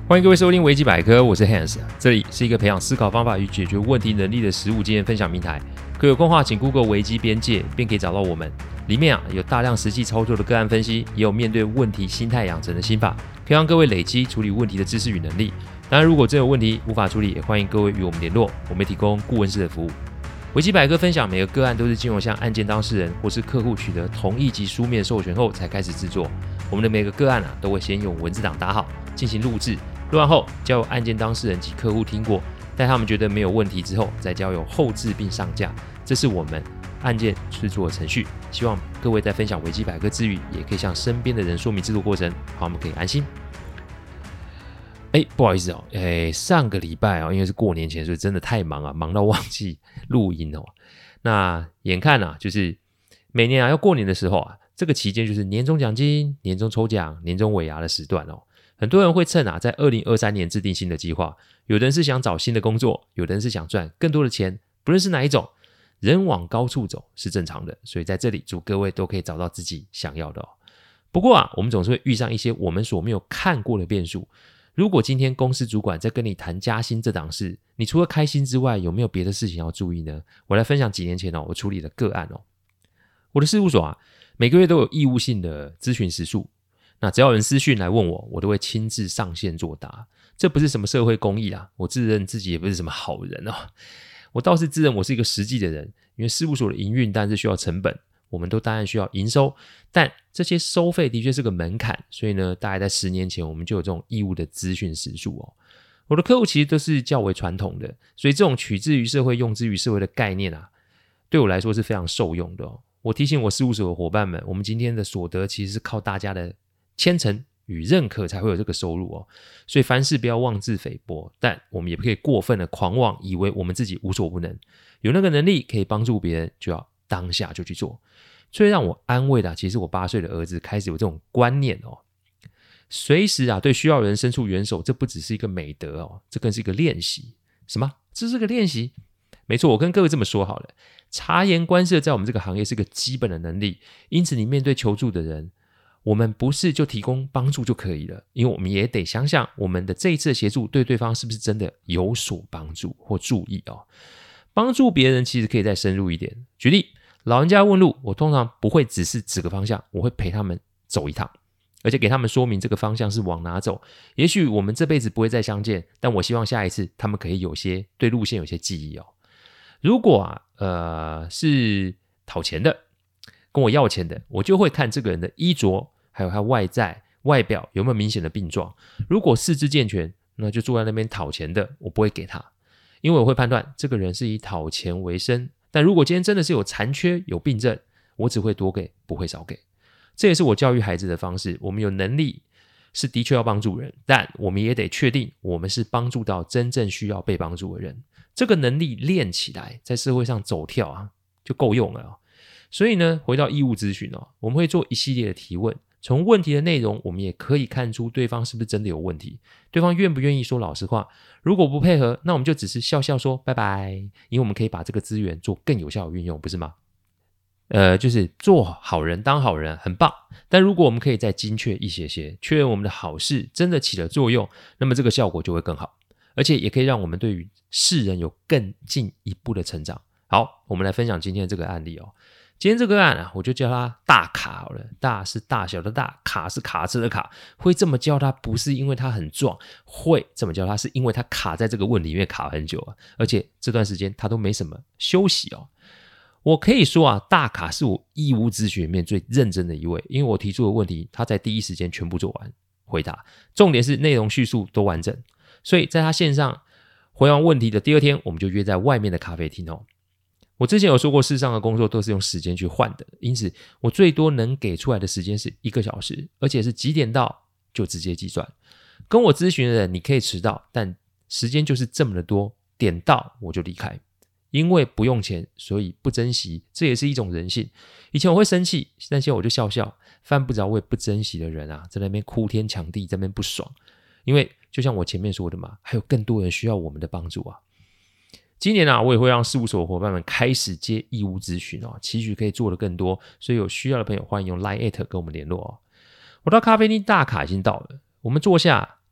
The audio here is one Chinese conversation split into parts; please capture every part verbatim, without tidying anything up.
欢迎各位收听维基百科，我是 Hans， 这里是一个培养思考方法与解决问题能力的实务经验分享平台。各位有空话请 Google 维基边界，便可以找到我们。里面啊有大量实际操作的个案分析，也有面对问题心态养成的心法，可以让各位累积处理问题的知识与能力。当然，如果真有问题无法处理，也欢迎各位与我们联络，我们提供顾问式的服务。维基百科分享每个个案都是经由向案件当事人或是客户取得同意及书面授权后才开始制作。我们的每个个案啊都会先用文字档打好，进行录制。录完后交由案件当事人及客户听过，待他们觉得没有问题之后，再交由后制并上架。这是我们案件制作的程序。希望各位在分享维基百科之余，也可以向身边的人说明制作过程，好，我们可以安心。哎，不好意思哦，哎，上个礼拜哦，因为是过年前，所以真的太忙啊，忙到忘记录音哦。那眼看啊，就是每年啊要过年的时候啊，这个期间就是年终奖金、年终抽奖、年终尾牙的时段哦。很多人会趁啊，在二零二三年制定新的计划，有的人是想找新的工作，有的人是想赚更多的钱，不论是哪一种，人往高处走是正常的，所以在这里祝各位都可以找到自己想要的哦。不过啊，我们总是会遇上一些我们所没有看过的变数。如果今天公司主管在跟你谈加薪这档事，你除了开心之外，有没有别的事情要注意呢？我来分享几年前哦，我处理的个案哦。我的事务所啊，每个月都有义务性的咨询时数。那只要有人私讯来问我，我都会亲自上线作答。这不是什么社会公益啦，我自认自己也不是什么好人哦。我倒是自认我是一个实际的人，因为事务所的营运当然是需要成本，我们都当然需要营收，但这些收费的确是个门槛，所以呢，大概在十年前我们就有这种义务的资讯时数哦。我的客户其实都是较为传统的，所以这种取之于社会用之于社会的概念啊，对我来说是非常受用的哦。我提醒我事务所的伙伴们，我们今天的所得其实是靠大家的虔诚与认可才会有这个收入哦，所以凡事不要妄自菲薄，但我们也不可以过分的狂妄，以为我们自己无所不能，有那个能力可以帮助别人，就要当下就去做。最让我安慰的、啊，其实我八岁的儿子开始有这种观念哦，随时啊对需要人伸出援手，这不只是一个美德哦，这更是一个练习。什么？这是个练习？没错，我跟各位这么说好了，察言观色在我们这个行业是个基本的能力，因此你面对求助的人，我们不是就提供帮助就可以了，因为我们也得想想我们的这一次的协助对对方是不是真的有所帮助或注意哦。帮助别人其实可以再深入一点。举例，老人家问路，我通常不会只是指个方向，我会陪他们走一趟，而且给他们说明这个方向是往哪走。也许我们这辈子不会再相见，但我希望下一次他们可以有些对路线有些记忆哦。如果啊呃是讨钱的，跟我要钱的，我就会看这个人的衣着，还有他外在外表有没有明显的病状。如果四肢健全，那就坐在那边讨钱的，我不会给他，因为我会判断这个人是以讨钱为生。但如果今天真的是有残缺有病症，我只会多给不会少给。这也是我教育孩子的方式。我们有能力是的确要帮助人，但我们也得确定我们是帮助到真正需要被帮助的人。这个能力练起来，在社会上走跳啊就够用了哦。所以呢，回到义务咨询哦，我们会做一系列的提问，从问题的内容，我们也可以看出对方是不是真的有问题，对方愿不愿意说老实话。如果不配合，那我们就只是笑笑说拜拜，因为我们可以把这个资源做更有效的运用，不是吗？呃，就是做好人当好人很棒，但如果我们可以再精确一些些，确认我们的好事真的起了作用，那么这个效果就会更好，而且也可以让我们对于世人有更进一步的成长。好，我们来分享今天的这个案例哦。今天这个案啊，我就叫他大卡好了。大是大小的大，卡是卡车的卡。会这么叫他，不是因为他很壮，会这么叫他是因为他卡在这个问题里面卡很久啊，而且这段时间他都没什么休息哦。我可以说啊，大卡是我义务咨询里面最认真的一位，因为我提出的问题，他在第一时间全部做完回答，重点是内容叙述都完整，所以在他线上回完问题的第二天，我们就约在外面的咖啡厅哦。我之前有说过，世上的工作都是用时间去换的，因此我最多能给出来的时间是一个小时，而且是几点到就直接计算。跟我咨询的人，你可以迟到，但时间就是这么的多，点到我就离开。因为不用钱，所以不珍惜，这也是一种人性。以前我会生气，但现在我就笑笑，犯不着为不珍惜的人啊，在那边哭天抢地，在那边不爽。因为就像我前面说的嘛，还有更多人需要我们的帮助啊。今年啊，我也会让事务所的伙伴们开始接义务咨询哦，期许可以做得更多，所以有需要的朋友欢迎用 LINE@ 跟我们联络哦。我到咖啡厅大卡已经到了，我们坐下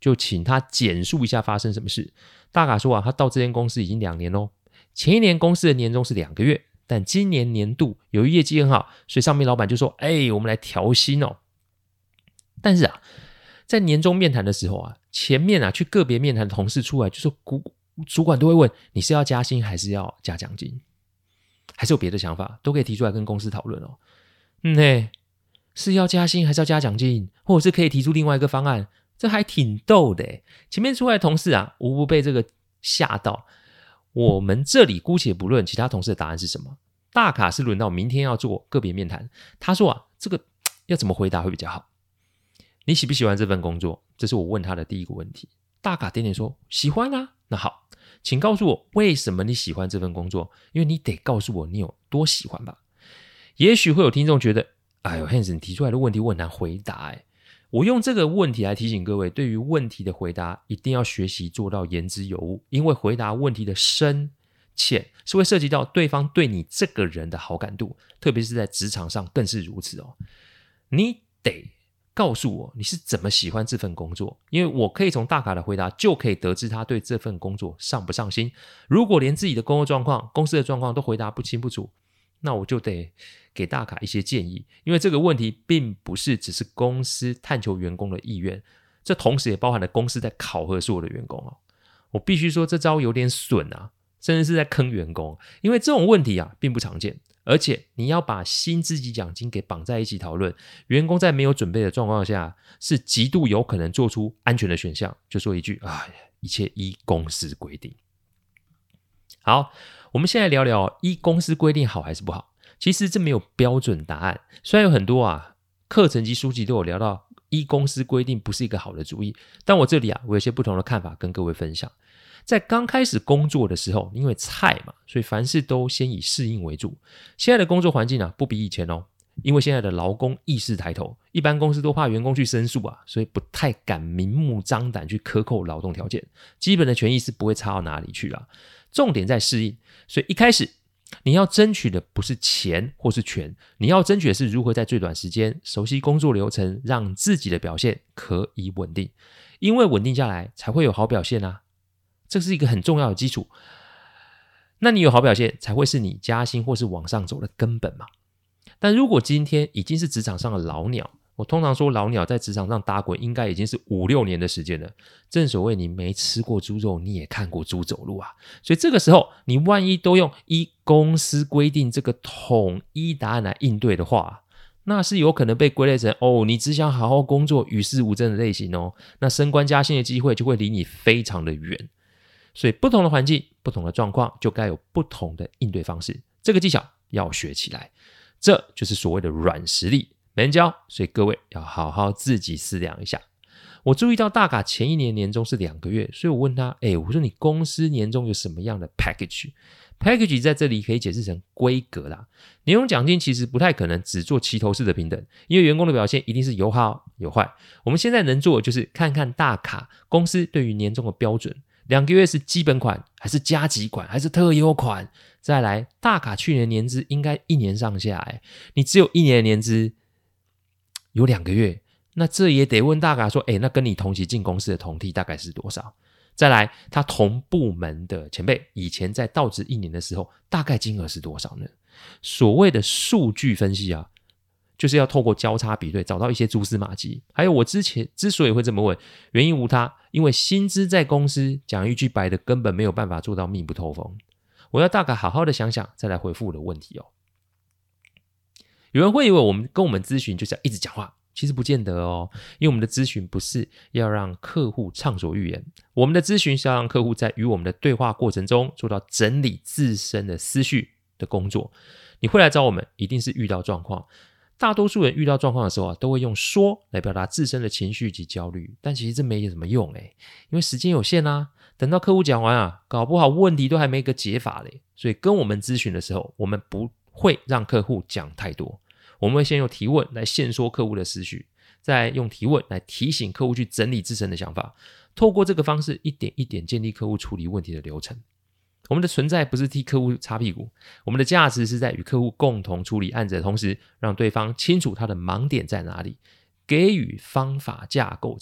就请他简述一下发生什么事。大卡说啊，他到这间公司已经两年咯，前一年公司的年终是两个月，但今年年度由于业绩很好，所以上面老板就说，哎，我们来调薪哦。但是啊，在年终面谈的时候啊，前面啊去个别面谈的同事出来就说，主管都会问你是要加薪还是要加奖金，还是有别的想法，都可以提出来跟公司讨论哦。嗯嘿，是要加薪还是要加奖金，或者是可以提出另外一个方案，这还挺逗的耶。前面出来的同事啊，无不被这个吓到。我们这里姑且不论其他同事的答案是什么，大卡是轮到明天要做个别面谈。他说啊，这个要怎么回答会比较好？你喜不喜欢这份工作？这是我问他的第一个问题。大卡点点说喜欢啊。那好，请告诉我为什么你喜欢这份工作，因为你得告诉我你有多喜欢吧。也许会有听众觉得，哎呦 Hans 你提出来的问题我很难回答耶。我用这个问题来提醒各位，对于问题的回答一定要学习做到言之有物，因为回答问题的深浅是会涉及到对方对你这个人的好感度，特别是在职场上更是如此哦。你得告诉我你是怎么喜欢这份工作，因为我可以从大卡的回答就可以得知他对这份工作上不上心。如果连自己的工作状况、公司的状况都回答不清不楚，那我就得给大卡一些建议，因为这个问题并不是只是公司探求员工的意愿，这同时也包含了公司在考核所有的员工哦。我必须说这招有点损啊，甚至是在坑员工，因为这种问题啊并不常见，而且你要把薪资及奖金给绑在一起讨论，员工在没有准备的状况下是极度有可能做出安全的选项，就说一句啊，一切依公司规定。好，我们现在聊聊依公司规定好还是不好。其实这没有标准答案，虽然有很多啊课程及书籍都有聊到依公司规定不是一个好的主意，但我这里啊我有些不同的看法跟各位分享。在刚开始工作的时候，因为菜嘛，所以凡事都先以适应为主。现在的工作环境啊不比以前哦，因为现在的劳工意识抬头，一般公司都怕员工去申诉啊，所以不太敢明目张胆去克扣劳动条件，基本的权益是不会差到哪里去啦。重点在适应，所以一开始你要争取的不是钱或是权，你要争取的是如何在最短时间熟悉工作流程，让自己的表现可以稳定，因为稳定下来才会有好表现啊，这是一个很重要的基础。那你有好表现才会是你加薪或是往上走的根本嘛。但如果今天已经是职场上的老鸟，我通常说老鸟在职场上打滚应该已经是五六年的时间了，正所谓你没吃过猪肉你也看过猪走路啊，所以这个时候你万一都用依公司规定这个统一答案来应对的话，那是有可能被归类成哦你只想好好工作与世无争的类型哦，那升官加薪的机会就会离你非常的远。所以不同的环境不同的状况就该有不同的应对方式，这个技巧要学起来，这就是所谓的软实力，没人教，所以各位要好好自己思量一下。我注意到大卡前一年年终是两个月，所以我问他，哎，我说你公司年终有什么样的 package？ package 在这里可以解释成规格啦。年终奖金其实不太可能只做齐头式的平等，因为员工的表现一定是有好有坏。我们现在能做的就是看看大卡公司对于年终的标准，两个月是基本款还是加急款还是特优款？再来，大卡去年年资应该一年上下，诶你只有一年的年资有两个月，那这也得问大卡说，诶那跟你同期进公司的同梯大概是多少？再来，他同部门的前辈以前在到职一年的时候大概金额是多少呢？所谓的数据分析啊，就是要透过交叉比对找到一些蛛丝马迹。还有我之前之所以会这么问，原因无他，因为薪资在公司讲一句白的根本没有办法做到密不透风。我要大概好好的想想再来回复我的问题哦。有人会以为我们跟我们咨询就是要一直讲话，其实不见得哦，因为我们的咨询不是要让客户畅所欲言，我们的咨询是要让客户在与我们的对话过程中做到整理自身的思绪的工作。你会来找我们一定是遇到状况，大多数人遇到状况的时候啊，都会用说来表达自身的情绪及焦虑，但其实这没什么用诶，因为时间有限啊，等到客户讲完啊，搞不好问题都还没个解法嘞。所以跟我们咨询的时候，我们不会让客户讲太多，我们会先用提问来限缩客户的思绪，再用提问来提醒客户去整理自身的想法，透过这个方式一点一点建立客户处理问题的流程。我们的存在不是替客户擦屁股，我们的价值是在与客户共同处理案子的同时，让对方清楚他的盲点在哪里，给予方法架构程序，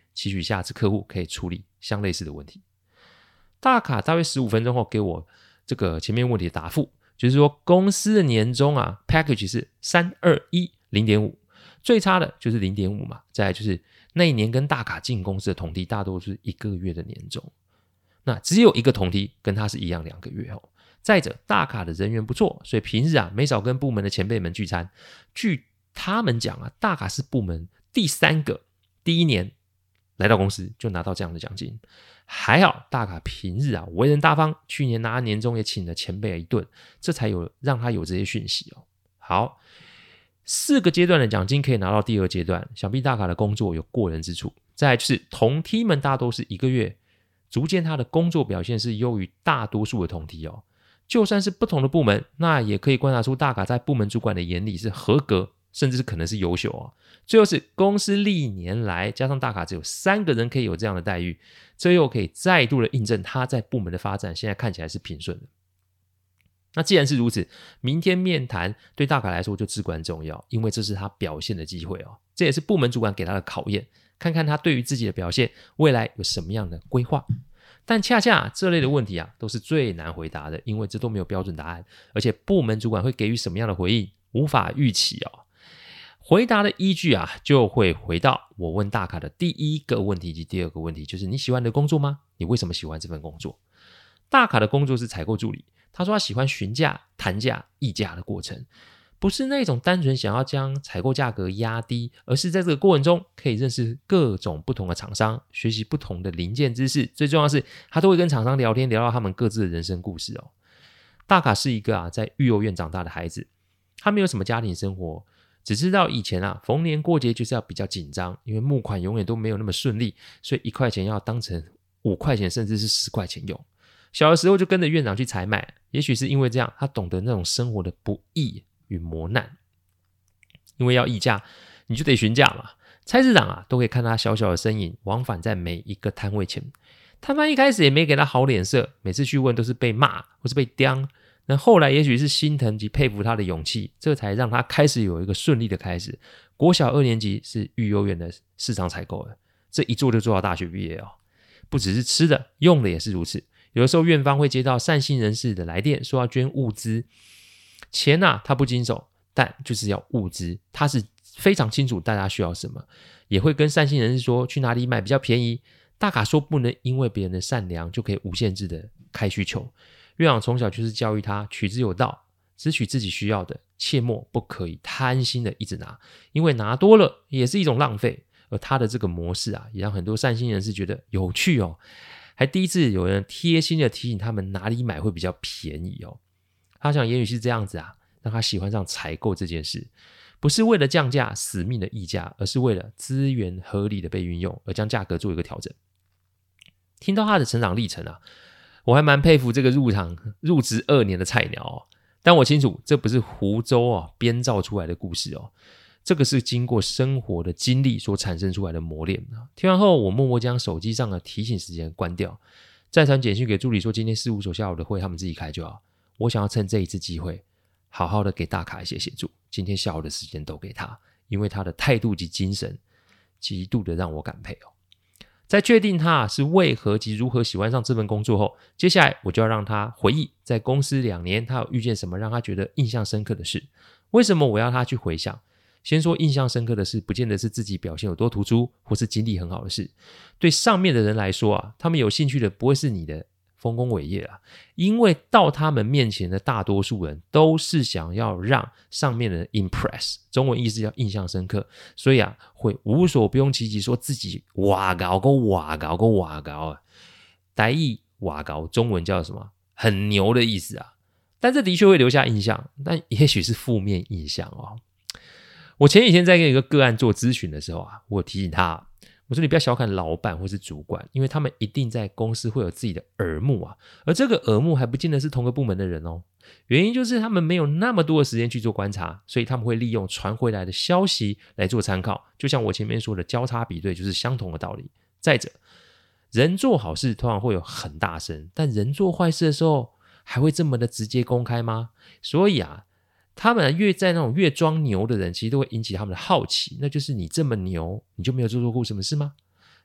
期许下次客户可以处理相类似的问题。大卡大约十五分钟后给我这个前面问题的答复，就是说公司的年终啊 package 是三二一 零点五， 最差的就是 零点五 嘛，再来就是那一年跟大卡进公司的同梯大多是一个月的年终，那只有一个同梯跟他是一样两个月哦。再者大卡的人缘不错，所以平日啊没少跟部门的前辈们聚餐。据他们讲啊，大卡是部门第三个第一年来到公司就拿到这样的奖金。还好大卡平日啊为人大方，去年拿年终也请了前辈一顿，这才有让他有这些讯息哦。好，四个阶段的奖金可以拿到第二阶段，想必大卡的工作有过人之处。再来就是同梯们大多是一个月，逐渐他的工作表现是优于大多数的同梯哦。就算是不同的部门，那也可以观察出大卡在部门主管的眼里是合格，甚至是可能是优秀哦。最后是公司历年来加上大卡只有三个人可以有这样的待遇，这又可以再度的印证他在部门的发展现在看起来是平顺的。那既然是如此，明天面谈对大卡来说就至关重要，因为这是他表现的机会哦，这也是部门主管给他的考验，看看他对于自己的表现未来有什么样的规划。但恰恰这类的问题啊都是最难回答的，因为这都没有标准答案，而且部门主管会给予什么样的回应无法预期哦。回答的依据啊就会回到我问大卡的第一个问题以及第二个问题，就是你喜欢你的工作吗？你为什么喜欢这份工作？大卡的工作是采购助理，他说他喜欢询价、谈价、议价的过程，不是那种单纯想要将采购价格压低，而是在这个过程中可以认识各种不同的厂商，学习不同的零件知识，最重要的是他都会跟厂商聊天，聊到他们各自的人生故事哦。大卡是一个啊在育幼院长大的孩子，他没有什么家庭生活，只知道以前啊逢年过节就是要比较紧张，因为募款永远都没有那么顺利，所以一块钱要当成五块钱甚至是十块钱用。小的时候就跟着院长去采买，也许是因为这样他懂得那种生活的不易与磨难。因为要议价你就得询价嘛，菜市场啊都可以看他小小的身影往返在每一个摊位前，摊贩一开始也没给他好脸色，每次去问都是被骂或是被刁，那后来也许是心疼及佩服他的勇气，这才让他开始有一个顺利的开始。国小二年级是育幼院的市场采购了，这一做就做到大学毕业哦。不只是吃的，用的也是如此。有的时候院方会接到善心人士的来电，说要捐物资，钱啊他不经手，但就是要物资，他是非常清楚大家需要什么，也会跟善心人士说去哪里买比较便宜。大卡说不能因为别人的善良就可以无限制的开需求，院长从小就是教育他取之有道，只取自己需要的，切莫不可以贪心的一直拿，因为拿多了也是一种浪费。而他的这个模式啊，也让很多善心人士觉得有趣哦，还第一次有人贴心的提醒他们哪里买会比较便宜哦。他想也许是这样子啊，让他喜欢上采购这件事，不是为了降价死命的议价，而是为了资源合理的被运用而将价格做一个调整。听到他的成长历程啊，我还蛮佩服这个入场入职二年的菜鸟哦，但我清楚这不是胡诌哦编造出来的故事哦，这个是经过生活的经历所产生出来的磨练。听完后我默默将手机上的提醒时间关掉，再传简讯给助理说今天事务所下午的会他们自己开就好，我想要趁这一次机会好好的给大卡一些协助，今天下午的时间都给他，因为他的态度及精神极度的让我感佩哦。在确定他是为何及如何喜欢上这份工作后，接下来我就要让他回忆在公司两年他有遇见什么让他觉得印象深刻的事。为什么我要他去回想？先说印象深刻的事，不见得是自己表现有多突出或是经历很好的事，对上面的人来说啊，他们有兴趣的不会是你的丰功伟业啊，因为到他们面前的大多数人都是想要让上面的人 impress， 中文意思叫印象深刻，所以啊会无所不用其极说自己哇高够哇高够哇高啊，台语哇高中文叫什么很牛的意思啊，但这的确会留下印象，但也许是负面印象哦。我前几天在跟一个个案做咨询的时候啊，我提醒他，我说你不要小看老板或是主管，因为他们一定在公司会有自己的耳目啊，而这个耳目还不见得是同个部门的人哦。原因就是他们没有那么多的时间去做观察，所以他们会利用传回来的消息来做参考，就像我前面说的交叉比对就是相同的道理。再者，人做好事通常会有很大声，但人做坏事的时候还会这么的直接公开吗？所以啊他们越在那种越装牛的人，其实都会引起他们的好奇，那就是你这么牛，你就没有做错过什么事吗？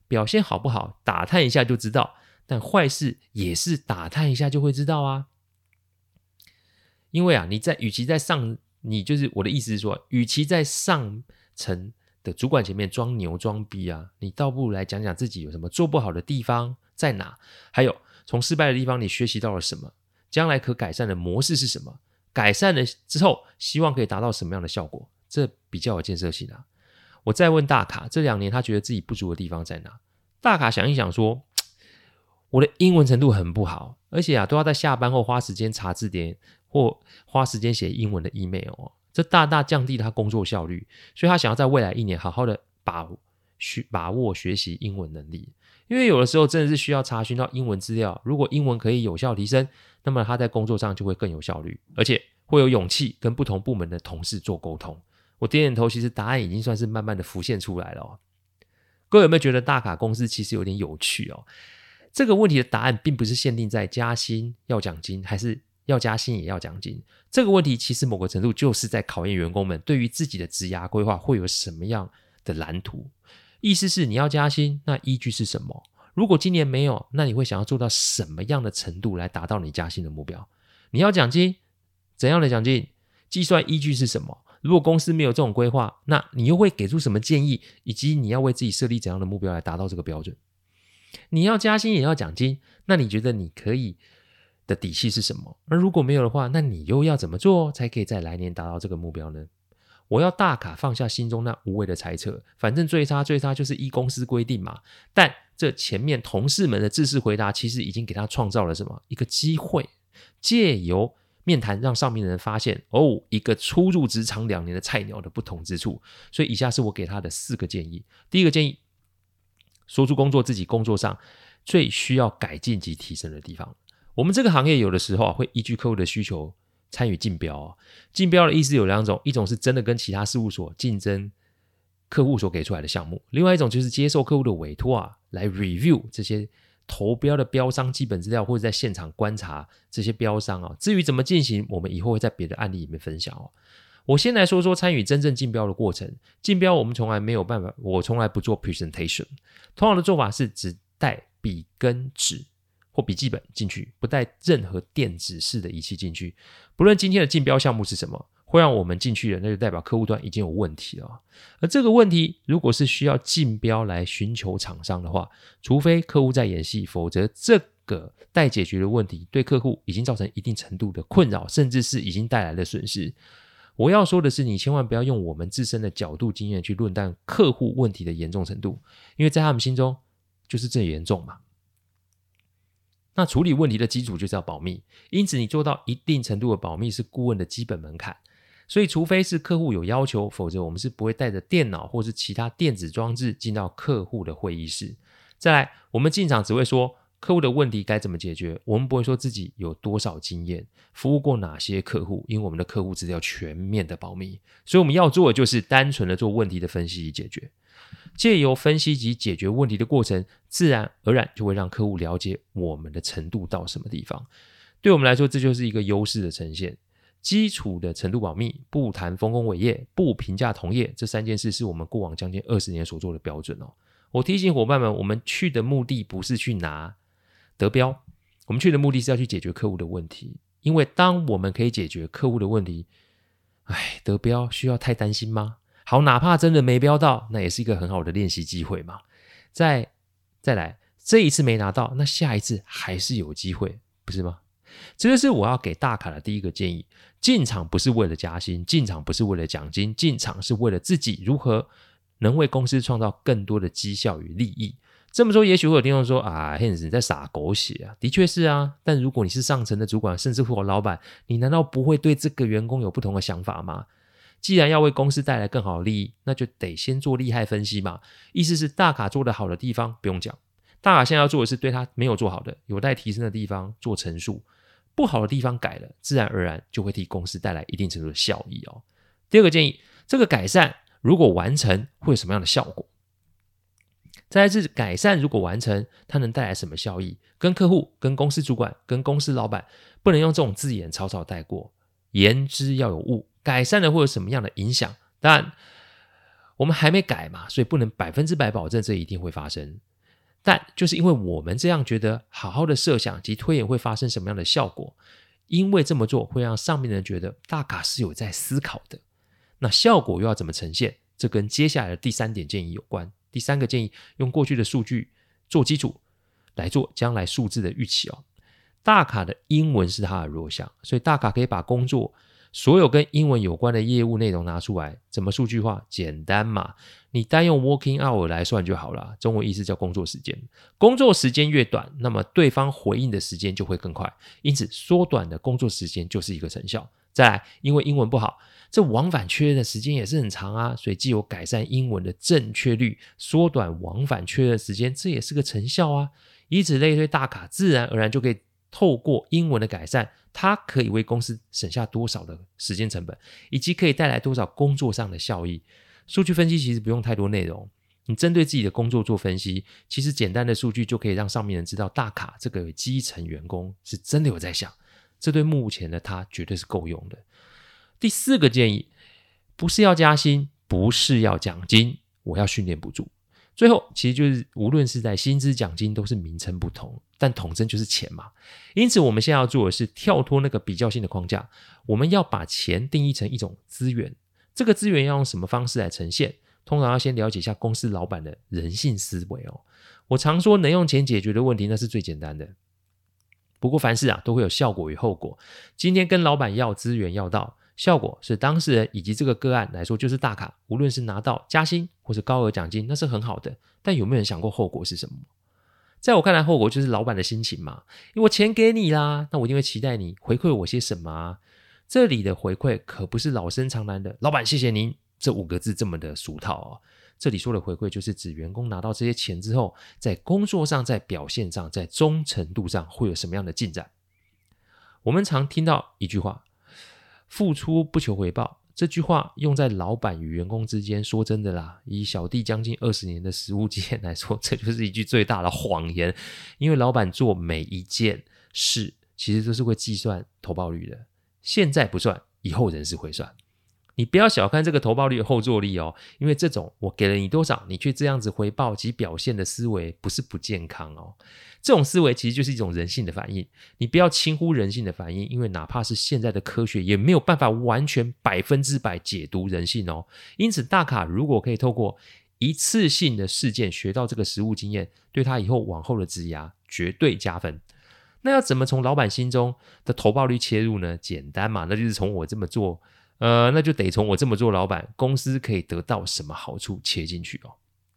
表现好不好打探一下就知道，但坏事也是打探一下就会知道啊。因为啊，你在与其在上，你就是我的意思是说，与其在上层的主管前面装牛装逼啊，你倒不如来讲讲自己有什么做不好的地方在哪，还有从失败的地方你学习到了什么，将来可改善的模式是什么，改善了之后希望可以达到什么样的效果，这比较有建设性啊。我再问大卡，这两年他觉得自己不足的地方在哪？大卡想一想说，我的英文程度很不好，而且啊都要在下班后花时间查字典或花时间写英文的 email 哦，这大大降低了他工作效率，所以他想要在未来一年好好的把把握学习英文能力。因为有的时候真的是需要查询到英文资料，如果英文可以有效提升，那么他在工作上就会更有效率，而且会有勇气跟不同部门的同事做沟通。我点点头，其实答案已经算是慢慢的浮现出来了哦。各位有没有觉得大卡公司其实有点有趣哦？这个问题的答案并不是限定在加薪要奖金还是要加薪也要奖金，这个问题其实某个程度就是在考验员工们对于自己的职涯规划会有什么样的蓝图。意思是你要加薪，那依据是什么？如果今年没有，那你会想要做到什么样的程度来达到你加薪的目标？你要奖金，怎样的奖金？计算依据是什么？如果公司没有这种规划，那你又会给出什么建议，以及你要为自己设立怎样的目标来达到这个标准？你要加薪也要奖金，那你觉得你可以的底气是什么？而如果没有的话，那你又要怎么做才可以在来年达到这个目标呢？我要大卡放下心中那无谓的猜测，反正最差最差就是依公司规定嘛。但这前面同事们的制式回答其实已经给他创造了什么？一个机会，借由面谈让上面的人发现哦，一个初入职场两年的菜鸟的不同之处。所以以下是我给他的四个建议。第一个建议，说出工作自己工作上最需要改进及提升的地方。我们这个行业有的时候、啊、会依据客户的需求参与竞标、啊、竞标的意思有两种，一种是真的跟其他事务所竞争客户所给出来的项目，另外一种就是接受客户的委托啊，来 review 这些投标的标商基本资料，或者在现场观察这些标商啊。至于怎么进行，我们以后会在别的案例里面分享哦。我先来说说参与真正竞标的过程。竞标我们从来没有办法，我从来不做 presentation。通常的做法是只带笔跟纸或笔记本进去，不带任何电子式的仪器进去。不论今天的竞标项目是什么，会让我们进去的，那就代表客户端已经有问题了。而这个问题如果是需要竞标来寻求厂商的话，除非客户在演戏，否则这个待解决的问题对客户已经造成一定程度的困扰，甚至是已经带来的损失。我要说的是，你千万不要用我们自身的角度经验去论断客户问题的严重程度，因为在他们心中就是这严重嘛。那处理问题的基础就是要保密，因此你做到一定程度的保密是顾问的基本门槛。所以除非是客户有要求，否则我们是不会带着电脑或是其他电子装置进到客户的会议室。再来，我们进场只会说客户的问题该怎么解决，我们不会说自己有多少经验，服务过哪些客户，因为我们的客户资料全面的保密。所以我们要做的就是单纯的做问题的分析与解决。借由分析及解决问题的过程，自然而然就会让客户了解我们的程度到什么地方。对我们来说，这就是一个优势的呈现。基础的程度保密，不谈丰功伟业，不评价同业，这三件事是我们过往将近二十年所做的标准哦。我提醒伙伴们，我们去的目的不是去拿得标，我们去的目的是要去解决客户的问题。因为当我们可以解决客户的问题，哎，得标需要太担心吗？好，哪怕真的没标到，那也是一个很好的练习机会嘛。再再来，这一次没拿到，那下一次还是有机会，不是吗？这就是我要给大卡的第一个建议。进场不是为了加薪，进场不是为了奖金，进场是为了自己如何能为公司创造更多的绩效与利益。这么说也许会有听众说啊 Hans 你在撒狗血啊。的确是啊，但如果你是上层的主管，甚至乎老板，你难道不会对这个员工有不同的想法吗？既然要为公司带来更好的利益，那就得先做利害分析嘛。意思是大卡做得好的地方不用讲，大卡现在要做的是对他没有做好的有待提升的地方做陈述，不好的地方改了，自然而然就会替公司带来一定程度的效益哦。第二个建议，这个改善如果完成会有什么样的效果？再来是改善如果完成，它能带来什么效益？跟客户、跟公司主管、跟公司老板，不能用这种字眼草草带过，言之要有物。改善了会有什么样的影响？当然我们还没改嘛，所以不能百分之百保证这一定会发生。 但就是因为我们这样觉得，好好的设想及推演会发生什么样的效果，因为这么做会让上面的人觉得大卡是有在思考的。那效果又要怎么呈现？这跟接下来的第三点建议有关。第三个建议，用过去的数据做基础来做将来数字的预期哦。大卡的英文是它的弱项，所以大卡可以把工作所有跟英文有关的业务内容拿出来，怎么数据化？简单嘛，你单用 working hour 来算就好了，中文意思叫工作时间。工作时间越短，那么对方回应的时间就会更快，因此缩短的工作时间就是一个成效。再来，因为英文不好，这往返确认的时间也是很长啊，所以既有改善英文的正确率，缩短往返确认时间，这也是个成效啊。以此类推，大卡自然而然就可以透过英文的改善，它可以为公司省下多少的时间成本，以及可以带来多少工作上的效益。数据分析其实不用太多内容，你针对自己的工作做分析，其实简单的数据就可以让上面人知道大卡这个基层员工是真的有在想，这对目前的他绝对是够用的。第四个建议，不是要加薪，不是要奖金，我要训练补助。最后其实就是无论是在薪资奖金都是名称不同，但统称就是钱嘛。因此我们现在要做的是跳脱那个比较性的框架，我们要把钱定义成一种资源。这个资源要用什么方式来呈现？通常要先了解一下公司老板的人性思维哦。我常说能用钱解决的问题那是最简单的，不过凡事啊都会有效果与后果。今天跟老板要资源要到，效果是当事人以及这个个案来说就是大卡，无论是拿到加薪或是高额奖金，那是很好的。但有没有人想过后果是什么？在我看来，后果就是老板的心情嘛。因为我钱给你啦，那我一定会期待你回馈我些什么啊。这里的回馈可不是老生常谈的老板谢谢您这五个字这么的俗套哦。这里说的回馈就是指员工拿到这些钱之后，在工作上，在表现上，在忠诚度上会有什么样的进展。我们常听到一句话，付出不求回报，这句话用在老板与员工之间，说真的啦，以小弟将近二十年的实务经验来说，这就是一句最大的谎言。因为老板做每一件事其实都是会计算投报率的，现在不算，以后人是会算。你不要小看这个投报率的后坐力哦，因为这种我给了你多少，你却这样子回报及表现的思维不是不健康哦。这种思维其实就是一种人性的反应，你不要轻忽人性的反应，因为哪怕是现在的科学也没有办法完全百分之百解读人性哦。因此大卡如果可以透过一次性的事件学到这个实务经验，对他以后往后的职涯绝对加分。那要怎么从老板心中的投报率切入呢？简单嘛，那就是从我这么做呃，那就得从我这么做老板公司可以得到什么好处切进去哦。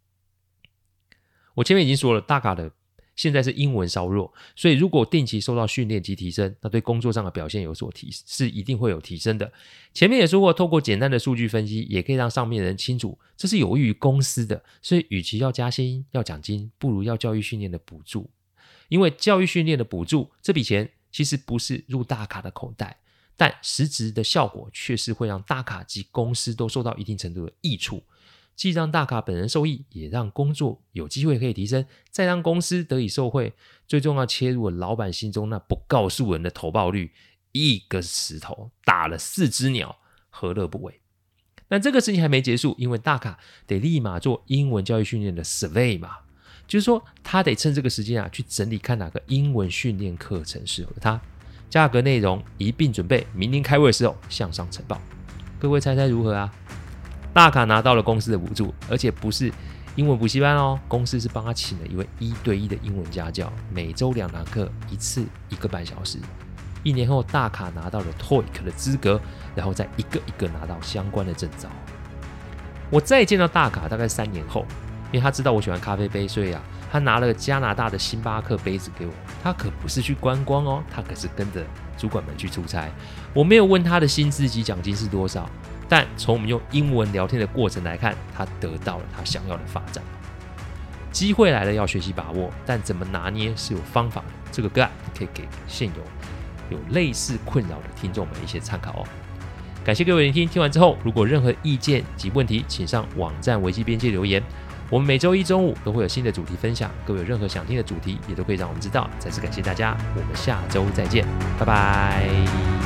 我前面已经说了，大卡的现在是英文稍弱，所以如果定期受到训练及提升，那对工作上的表现有所提是一定会有提升的。前面也说过，透过简单的数据分析也可以让上面的人清楚这是有益于公司的，所以与其要加薪要奖金，不如要教育训练的补助。因为教育训练的补助这笔钱其实不是入大卡的口袋，但实质的效果却是会让大卡及公司都受到一定程度的益处，既让大卡本人受益，也让工作有机会可以提升，再让公司得以受惠。最重要切入了老板心中那不告诉人的投报率，一个石头打了四只鸟，何乐不为？但这个事情还没结束，因为大卡得立马做英文教育训练的 survey 嘛，就是说他得趁这个时间啊，去整理看哪个英文训练课程适合他，价格内容一并准备，明年开会的时候向上呈报。各位猜猜如何啊？大卡拿到了公司的补助，而且不是英文补习班哦，公司是帮他请了一位一对一的英文家教，每周两堂课，一次一个半小时。一年后，大卡拿到了 T O E I C 的资格，然后再一个一个拿到相关的证照。我再见到大卡大概三年后，因为他知道我喜欢咖啡杯，所以啊，他拿了加拿大的星巴克杯子给我。他可不是去观光哦，他可是跟着主管们去出差。我没有问他的薪资及奖金是多少，但从我们用英文聊天的过程来看，他得到了他想要的发展。机会来了要学习把握，但怎么拿捏是有方法的。这个个案可以给现有有类似困扰的听众们一些参考哦。感谢各位聆听，听完之后如果有任何意见及问题，请上网站危机边界留言。我们每周一中午都会有新的主题分享，各位有任何想听的主题也都可以让我们知道。再次感谢大家，我们下周再见，拜拜。